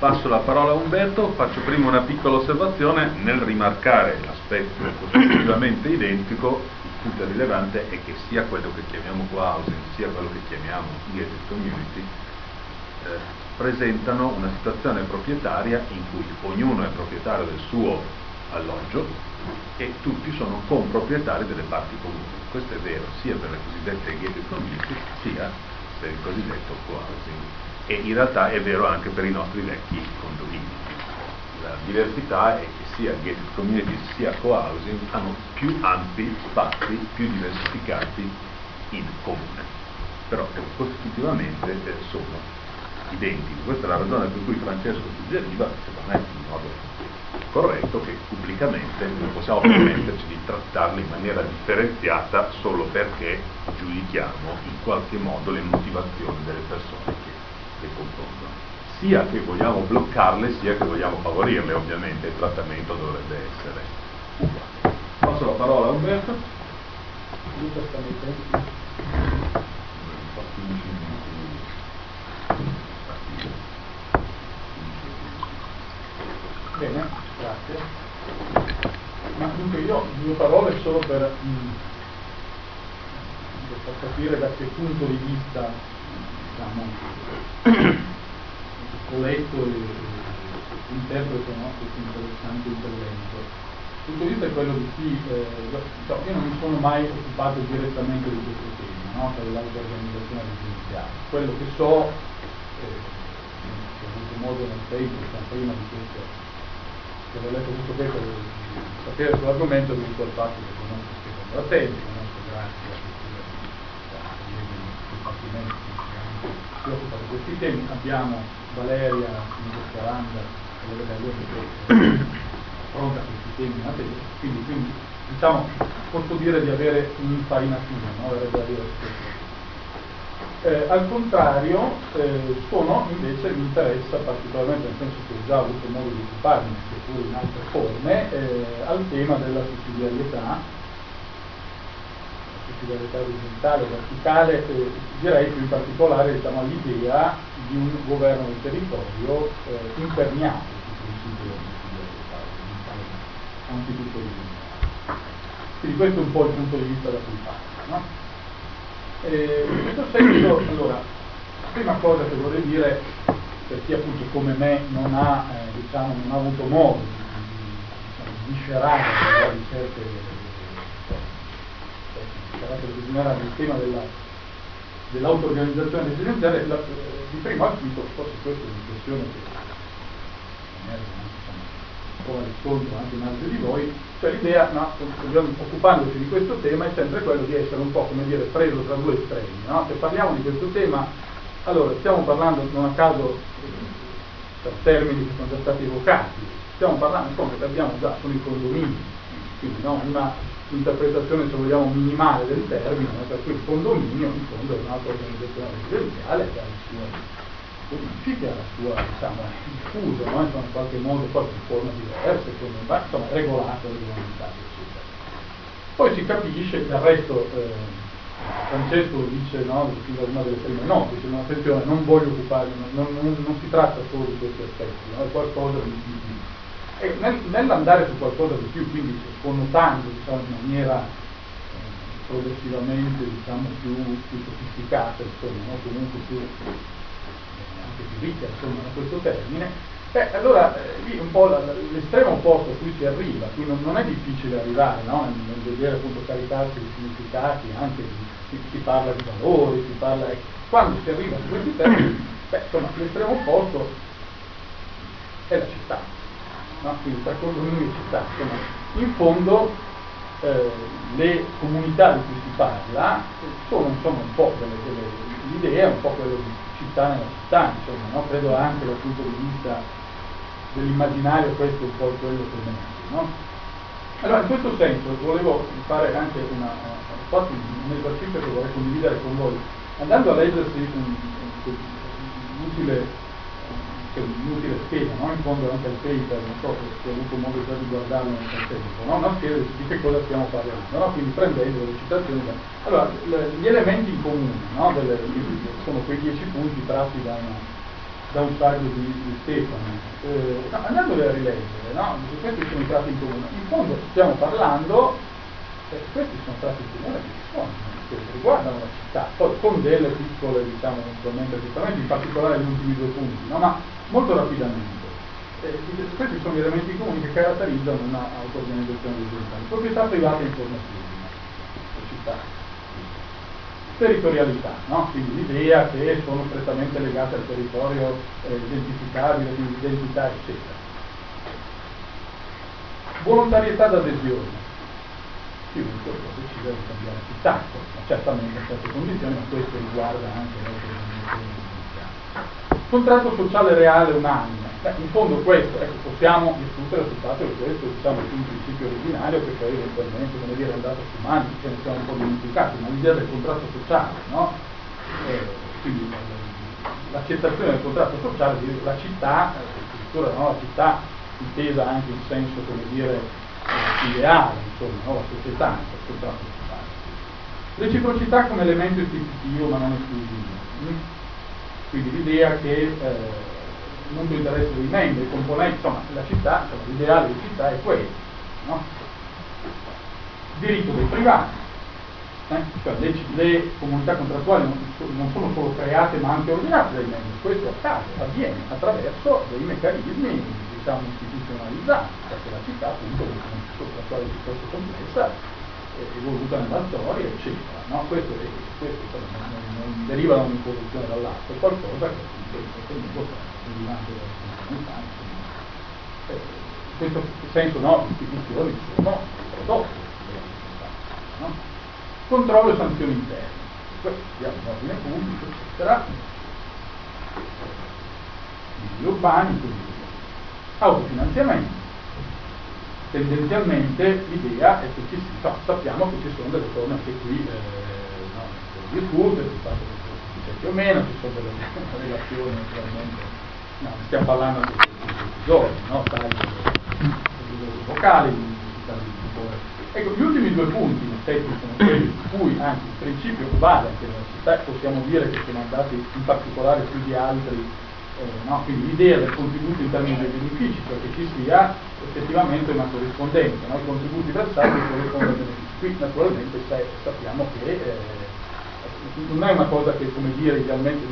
passo la parola a Umberto, faccio prima una piccola osservazione nel rimarcare l'aspetto costitutivamente identico. Il punto rilevante è che sia quello che chiamiamo co-housing sia quello che chiamiamo gated community presentano una situazione proprietaria in cui ognuno è proprietario del suo alloggio e tutti sono comproprietari delle parti comuni. Questo è vero sia per le cosiddette gated community sia per il cosiddetto co-housing, e in realtà è vero anche per i nostri vecchi condomini. La diversità è che sia gated community sia co-housing hanno più ampi spazi, più diversificati in comune, però costitutivamente sono identici. Questa è la ragione per cui Francesco suggeriva, secondo me in modo corretto, che pubblicamente non possiamo permetterci di trattarli in maniera differenziata solo perché giudichiamo in qualche modo le motivazioni delle persone che le compongono, sia che vogliamo bloccarle sia che vogliamo favorirle. Ovviamente il trattamento dovrebbe essere uguale. Passo la parola a Umberto. Luca sta mettendo. Bene, grazie. Ma dunque io due parole solo per capire da che punto di vista, diciamo, ho letto e interpreto questo interessante intervento. Il punto di vista è quello di chi, io non mi sono mai occupato direttamente di questo tema, no? Per l'auto-organizzazione residenziale. Quello che so, ho avuto modo nel tempo, prima di questo, che ho letto questo paper, di sapere sull'argomento, dovuto al fatto che conosco Stefano Bratelli, conosco grazie a dipartimenti che si occupa di questi temi. Abbiamo Valeria in Speranda, che affronta questi temi in materia, quindi diciamo posso dire di avere un'infarinatura, no? Avrebbe da dire al contrario, invece mi interessa particolarmente, nel senso che ho già avuto modo di occuparmi, seppur in altre forme, al tema della sussidiarietà orizzontale, verticale, direi più in particolare, diciamo, all'idea di un governo del territorio imperniato sul principio della sussidiarietà orizzontale, anzitutto orizzontale. Quindi questo è un po' il punto di vista da cui parlo, no? In questo senso, allora, la prima cosa che vorrei dire, per chi appunto come me non ha avuto modo di sviscerare di carattere il tema dell'auto-organizzazione residenziale, di primo acchito, forse questa è un'impressione che trova riscontro anche in altri di voi, cioè l'idea, occupandoci di questo tema, è sempre quello di essere un po', come dire, preso tra due estremi, no? Se parliamo di questo tema, allora stiamo parlando, non a caso, per termini che sono già stati evocati, stiamo parlando, come abbiamo già, sono i condomini, quindi no, una interpretazione, se vogliamo, minimale del termine, no? Per cui il condominio, in fondo, è un'altra organizzazione residenziale che ha il suo che ha la sua, diffuso, no? Insomma, in qualche modo, poi in forme diverse, insomma, regolato, regolamentato, eccetera. Poi si capisce, del resto, Francesco dice, no, una delle prime note, dice, no, attenzione, non voglio occuparmi, non si tratta solo di questi aspetti, no? È qualcosa di più. E nell'andare su qualcosa di più, quindi connotando, diciamo, in maniera progressivamente, diciamo, più sofisticata, insomma, no? Comunque più ricca, insomma, da questo termine, allora lì un po' l'estremo opposto a cui si arriva, qui non è difficile arrivare, no? Nel vedere appunto caricarsi di significati, anche si parla di valori, si parla, quando si arriva su questi termini, insomma, l'estremo opposto è la città, no? Quindi tra condominio e città, insomma, in fondo le comunità di cui si parla sono, insomma, un po' l'idea, un po' quello di città nella città, insomma, no? Credo anche dal punto di vista dell'immaginario questo è un po' quello che emerge, no? Allora, in questo senso volevo fare anche un esercizio che vorrei condividere con voi, andando a leggersi un'utile scheda, no? In fondo anche il paper, non so se ho avuto modo già di guardarlo nel frattempo, no? Una scheda di che cosa stiamo parlando, no? Quindi prendendo le citazioni. Allora, gli elementi in comune, no? Sono quei 10 punti tratti da da un saggio di Stefano. Andandole a rileggere, no? Questi sono i tratti in comune. In fondo stiamo parlando, questi sono tratti in comune che riguardano la città, poi con delle piccole, diciamo, eventualmente, in particolare gli ultimi due punti, no? Ma molto rapidamente. Questi sono gli elementi comuni che caratterizzano una auto-organizzazione orizzontale. Proprietà privata e informativa, la città. Territorialità, no? Quindi l'idea che sono strettamente legate al territorio identificabile, quindi identità, eccetera. Volontarietà d'adesione. Chiunque può decidere di cambiare città, certamente a certe condizioni, ma questo riguarda anche l'autorizzazione giudiziaria. Contratto sociale reale unanime. In fondo questo, ecco, possiamo discutere sul fatto che questo, diciamo, è un principio originario che poi eventualmente, come dire, è andato sfumando, ce ne siamo un po' dimenticati, ma l'idea del contratto sociale, no? Quindi l'accettazione del contratto sociale, la città, addirittura, no? La città intesa anche in senso, come dire, ideale, insomma, no? La società, il contratto sociale. Reciprocità come elemento istitutivo ma non esclusivo. Quindi l'idea che il mondo interesse dei membri, i componenti, insomma, la città, insomma, l'ideale di città è questo, no? Diritto dei privati, cioè le comunità contrattuali non sono solo create ma anche ordinate dai membri, questo avviene attraverso dei meccanismi, diciamo, istituzionalizzati, perché la città appunto è una comunità contrattuale piuttosto complessa, evoluta nella storia, eccetera, no? Questo non deriva da un'imposizione dall'alto, è qualcosa che appunto in questo modo derivante dalla comunità. In questo senso, no, le istituzioni sono prodotte della comunità, no? Controllo e sanzioni interne, questo abbiamo ordine pubblico, eccetera, vigili urbani, quindi autofinanziamento. Tendenzialmente l'idea è che sappiamo che ci sono delle forme anche qui discute, sul fatto che c'è più o meno, ci sono delle relazioni naturalmente, no, stiamo parlando anche di episodi, no? Tagli vocali, ecco, gli ultimi due punti in effetti sono quelli su cui anche il principio vale anche nella città, possiamo dire che sono andati in particolare più di altri. No? Quindi l'idea del contributo in termini di benefici, cioè che ci sia effettivamente una corrispondenza, no? I contributi versati corrispondono ai benefici. Qui naturalmente sappiamo che non è una cosa che, come dire, idealmente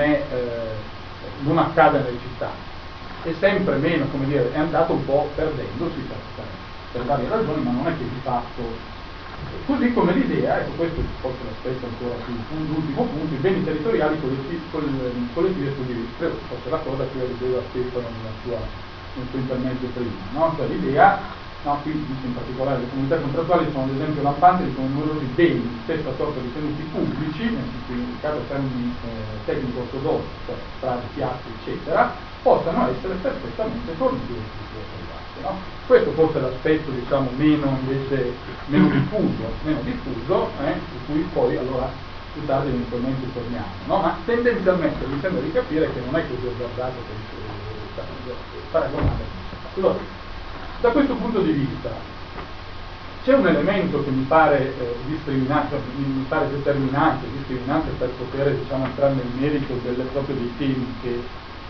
non accade nelle città, è sempre meno, come dire, è andato un po' perdendosi per varie ragioni, ma non è che di fatto. Così come l'idea, ecco, questo forse l'aspetto ancora più, l'ultimo punto, i beni territoriali collettivi esclusivi, credo fosse la cosa che vedeva Stefano nel suo intervento prima, no? Cioè l'idea, no, qui in particolare le comunità contrattuali sono ad esempio lampanti di come numerosi beni, stessa sorta di tenuti pubblici, nel significato termini tecnico ortodossi, cioè strade, piazze, eccetera, possano essere perfettamente forniti da strutture private, no? Questo forse è l'aspetto, diciamo, meno diffuso, su cui poi allora più tardi eventualmente torniamo, no? Ma tendenzialmente mi sembra di capire che non è così azzardato paragonare. Allora, da questo punto di vista c'è un elemento che mi pare discriminante, mi pare determinante, discriminante per poter, diciamo, entrare nel merito proprio dei temi che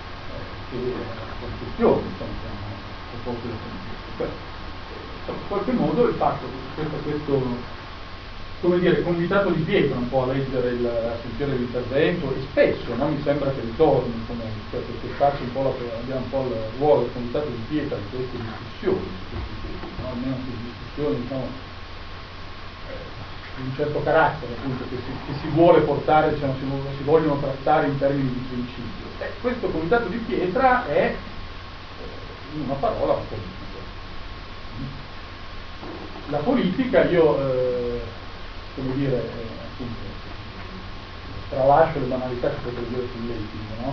la questione, insomma, proposto in qualche modo il fatto che questo, come dire, convitato di pietra un po' a leggere a sentire l'intervento, e spesso, no, mi sembra che ritorni, cioè che faccia un po' abbiamo un po' il ruolo del convitato di pietra di queste discussioni, no? Almeno queste discussioni, diciamo, di un certo carattere, appunto, che si vuole portare, diciamo, si vogliono trattare in termini di principio. Questo convitato di pietra è, in una parola, un po' la politica, io, come dire, appunto, tralascio le banalità che potrei dire sull'etica, no?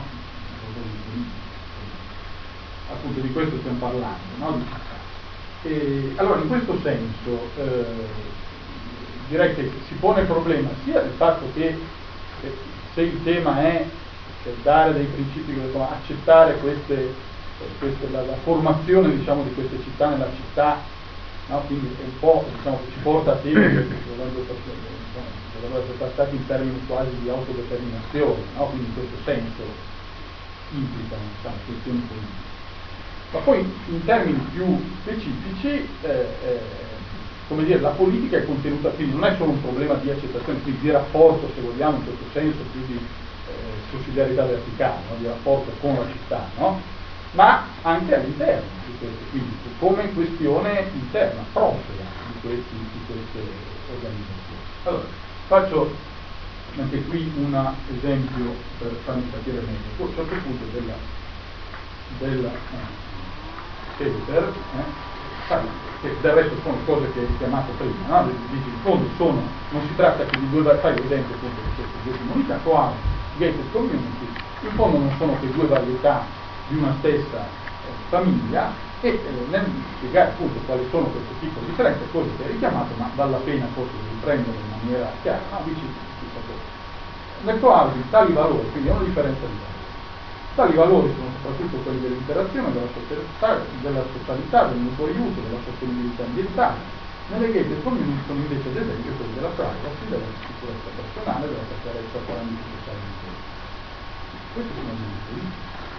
Appunto di questo stiamo parlando, no? Allora, in questo senso, direi che si pone il problema sia del fatto che se il tema è dare dei principi, insomma, accettare la formazione, diciamo, di queste città nella città, no? Quindi è un po', diciamo, che ci porta a temi che dovrebbero essere trattati in termini quasi di autodeterminazione, no? Quindi in questo senso implicano, diciamo, questioni politiche. Ma poi in termini più specifici, come dire, la politica è contenuta, quindi non è solo un problema di accettazione, quindi di rapporto, se vogliamo, in questo senso, più di sussidiarietà verticale, no? Di rapporto con la città, no? Ma anche all'interno di questo, quindi come questione interna, propria di queste organizzazioni. Allora, faccio anche qui un esempio per farmi capire meglio. A un certo punto della Peter, che del resto sono cose che hai chiamato prima, no? In fondo non si tratta che di due, fai l'esempio appunto di queste due comunità, Coam, gated community, in fondo non sono che due varietà di una stessa famiglia, e nel spiegare appunto quali sono questo tipo di differenze, cose che hai richiamato, ma vale la pena forse di riprendere in maniera chiara, no? Nel cohousing tali valori, quindi è una differenza di valori. Tali valori sono soprattutto quelli dell'interazione, della socialità, del mutuo aiuto, della sostenibilità ambientale. Nelle gated community sono invece ad esempio quelli della privacy, della sicurezza personale, della sicurezza per ambiti sociali. Questi sono agenti politici.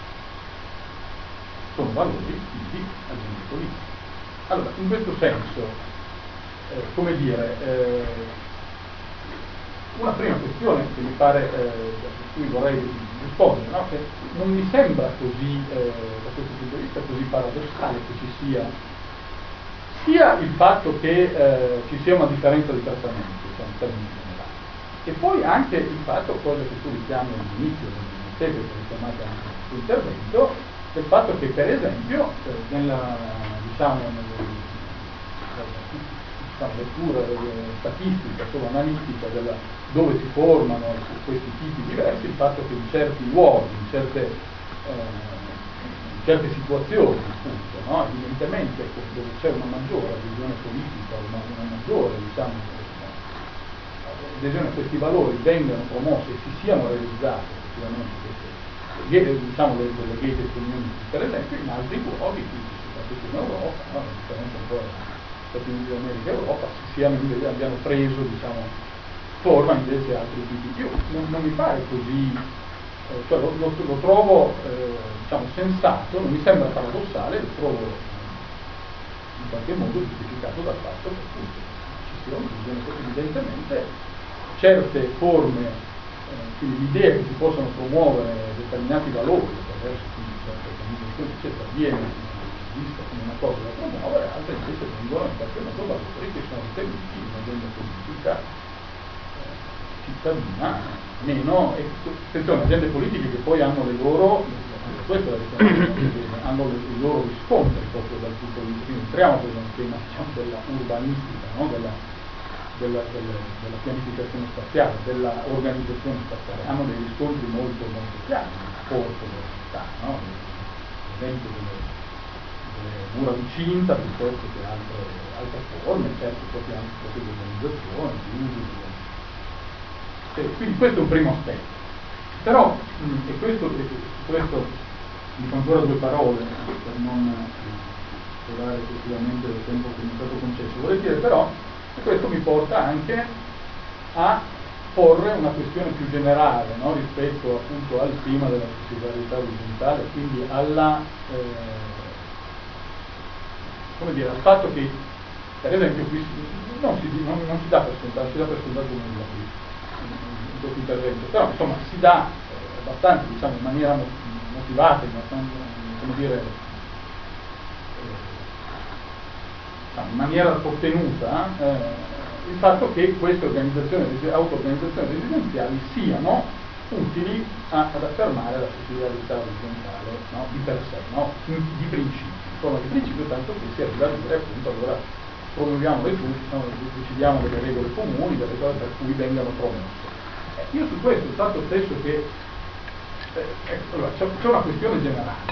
Sono valori tipi agenti politici. Allora, in questo senso, come dire, una prima questione che mi pare, su cui vorrei rispondere, no? Che non mi sembra così, da questo punto di vista, così paradossale che ci sia il fatto che ci sia una differenza di trattamento, cioè in termini generali, e poi anche il fatto, cosa che tu richiami all'inizio, che richiamate anche nel tuo intervento, del fatto che per esempio nella lettura statistica, solo analitica dove si formano questi tipi diversi, il fatto che in certi luoghi, in certe situazioni appunto, no? Evidentemente dove c'è una maggiore adesione politica, una maggiore adesione a questi valori vengano promossi e si siano realizzate effettivamente delle gated community, per esempio, in altri luoghi, quindi soprattutto in Europa, no? La differenza un po' Stati Uniti d'America e Europa, abbiano preso forma invece altri tipi. Io non mi pare così, cioè lo trovo sensato, non mi sembra paradossale, lo trovo in qualche modo giustificato dal fatto che appunto ci siano evidentemente certe forme, quindi l'idea che si possano promuovere determinati valori attraverso certe organizzazioni eccetera viene vista come una cosa da promuovere, altre invece vengono in qualche modo valori che sono ritenuti in un'agenda politica cittadina meno, attenzione, agende politiche che poi hanno le loro, questo hanno i loro riscontri proprio dal punto di vista, quindi entriamo per un tema della urbanistica, no? della pianificazione spaziale, della organizzazione spaziale, hanno dei riscontri molto molto chiari nel corpo della città, no? L'esempio delle mura di cinta piuttosto che altre forme, certo proprio anche di organizzazione, di uso. Quindi questo è un primo aspetto. Però, e questo dico ancora due parole per non sforare effettivamente del tempo che mi è stato concesso, vorrei dire però che questo mi porta anche a porre una questione più generale, no? Rispetto appunto al tema della sussidiarietà orizzontale, quindi alla al fatto che per esempio qui non si dà per scontato nulla qui in questo intervento, però insomma si dà abbastanza in maniera motivata, in maniera sostenuta il fatto che queste auto-organizzazioni residenziali siano utili ad affermare la sussidiarietà orizzontale, no? Di per sé, no? Di principio. Insomma, di principio tanto che si arriva a dire appunto allora promuoviamo le decidiamo delle regole comuni, delle cose per cui vengano promosse. Io su questo, il fatto stesso che allora, c'è una questione generale.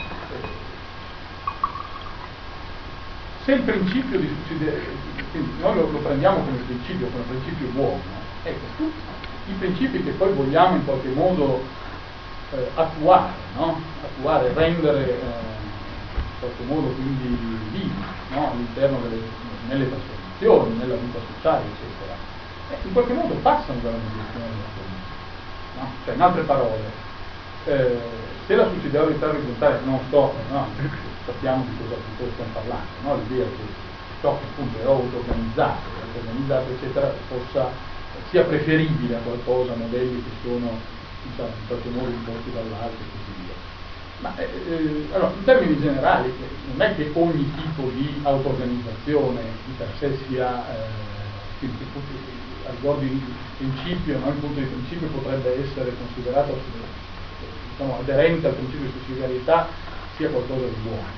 Se il principio di sussidiarietà, quindi noi lo prendiamo come principio buono, ecco, i principi che poi vogliamo in qualche modo attuare, no? Rendere in qualche modo quindi vivi, no? All'interno nelle trasformazioni, nella vita sociale, eccetera, in qualche modo passano dalla mediazione della politica, no? Cioè, in altre parole, se la sussidiarietà orizzontale non sto, no, sappiamo di cosa stiamo parlando, no? L'idea che ciò che appunto è auto-organizzato, eccetera, sia preferibile a qualcosa, a modelli che sono, diciamo, in qualche modo imposti dall'alto e così via. Ma allora, in termini generali, non è che ogni tipo di auto-organizzazione di per sé sia al riguardo di principio, no? Il punto di principio potrebbe essere considerato, diciamo, aderente al principio di sussidiarietà, sia qualcosa di buono.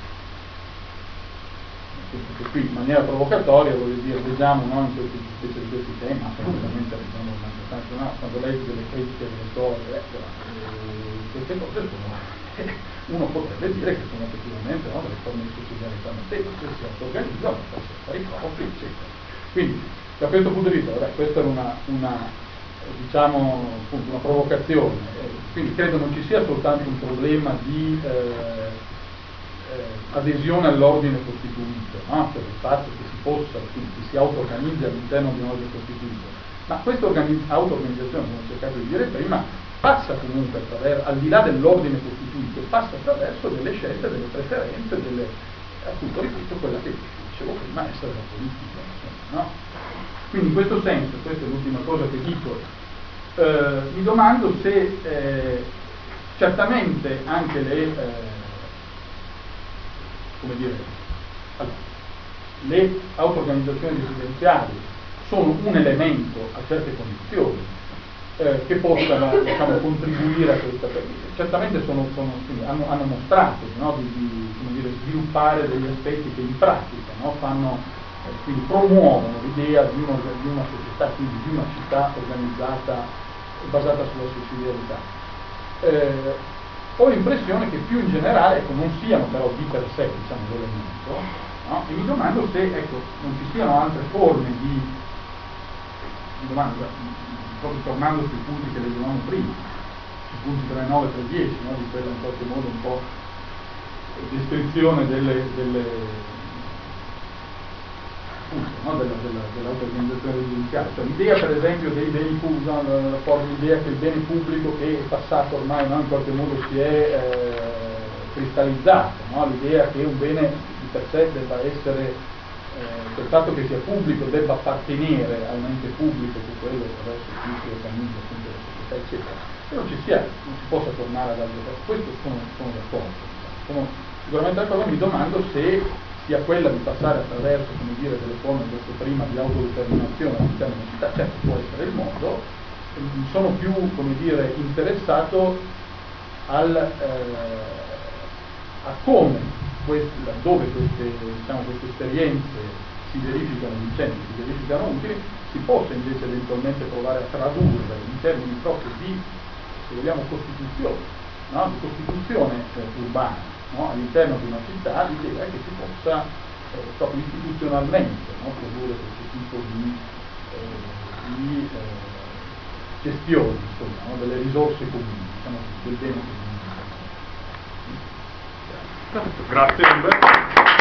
Perché qui in maniera provocatoria, voglio dire, vediamo, no, in questi, specie di questi temi, assolutamente diciamo, no, quando leggi delle critiche delle cose, queste cose sono, uno potrebbe dire che sono effettivamente, no, delle forme di sussidiarietà notevoli, che si auto-organizzano per fare i propri, eccetera. Quindi, da questo punto di vista, questa era una diciamo, appunto, una provocazione, quindi credo non ci sia soltanto un problema di adesione all'ordine costituito, no? Cioè il fatto che si possa, quindi che si auto-organizzi all'interno di un ordine costituito, ma questa auto-organizzazione, come ho cercato di dire prima, passa comunque al di là dell'ordine costituito, passa attraverso delle scelte, delle preferenze, appunto ripeto, quella che dicevo prima, essere la politica, no? Quindi in questo senso, questa è l'ultima cosa che dico, mi domando se certamente anche le auto-organizzazioni residenziali sono un elemento a certe condizioni che possano, diciamo, contribuire a questa, certamente hanno mostrato, no, di sviluppare degli aspetti che in pratica, no, quindi promuovono l'idea di una società, quindi di una città organizzata basata sulla sussidiarietà. Ho l'impressione che più in generale, ecco, non siano però di per sé, diciamo, l'elemento, no? E mi domando se, ecco, non ci siano altre forme proprio tornando sui punti che leggevamo prima, sui punti 3, 9, 3, 10, no? Di quella in qualche modo un po' descrizione dell'auto-organizzazione residenziale, cioè l'idea per esempio dei beni pubblici, l'idea che il bene pubblico che è passato ormai, no, in qualche modo si è cristallizzato, no? L'idea che un bene di per sé debba essere, il fatto che sia pubblico debba appartenere a un ente pubblico, che quello attraverso cui si organizza appunto la società, eccetera, e non si possa tornare ad altre cose. Questo sono d'accordo, sono sicuramente d'accordo. Mi domando se sia quella di passare attraverso, come dire, delle forme, questo prima, di autodeterminazione all'interno della città, certo può essere il modo, sono più, come dire, interessato a come, laddove queste esperienze si verificano vincenti, si verificano utili, si possa invece eventualmente provare a tradurre in termini proprio di, se vogliamo, costituzione, no? Di costituzione urbana, no? All'interno di una città, l'idea è che si possa proprio istituzionalmente, no? Produrre questo tipo di gestione, insomma, no? Delle risorse comuni, diciamo, del bene comune. Grazie Umberto.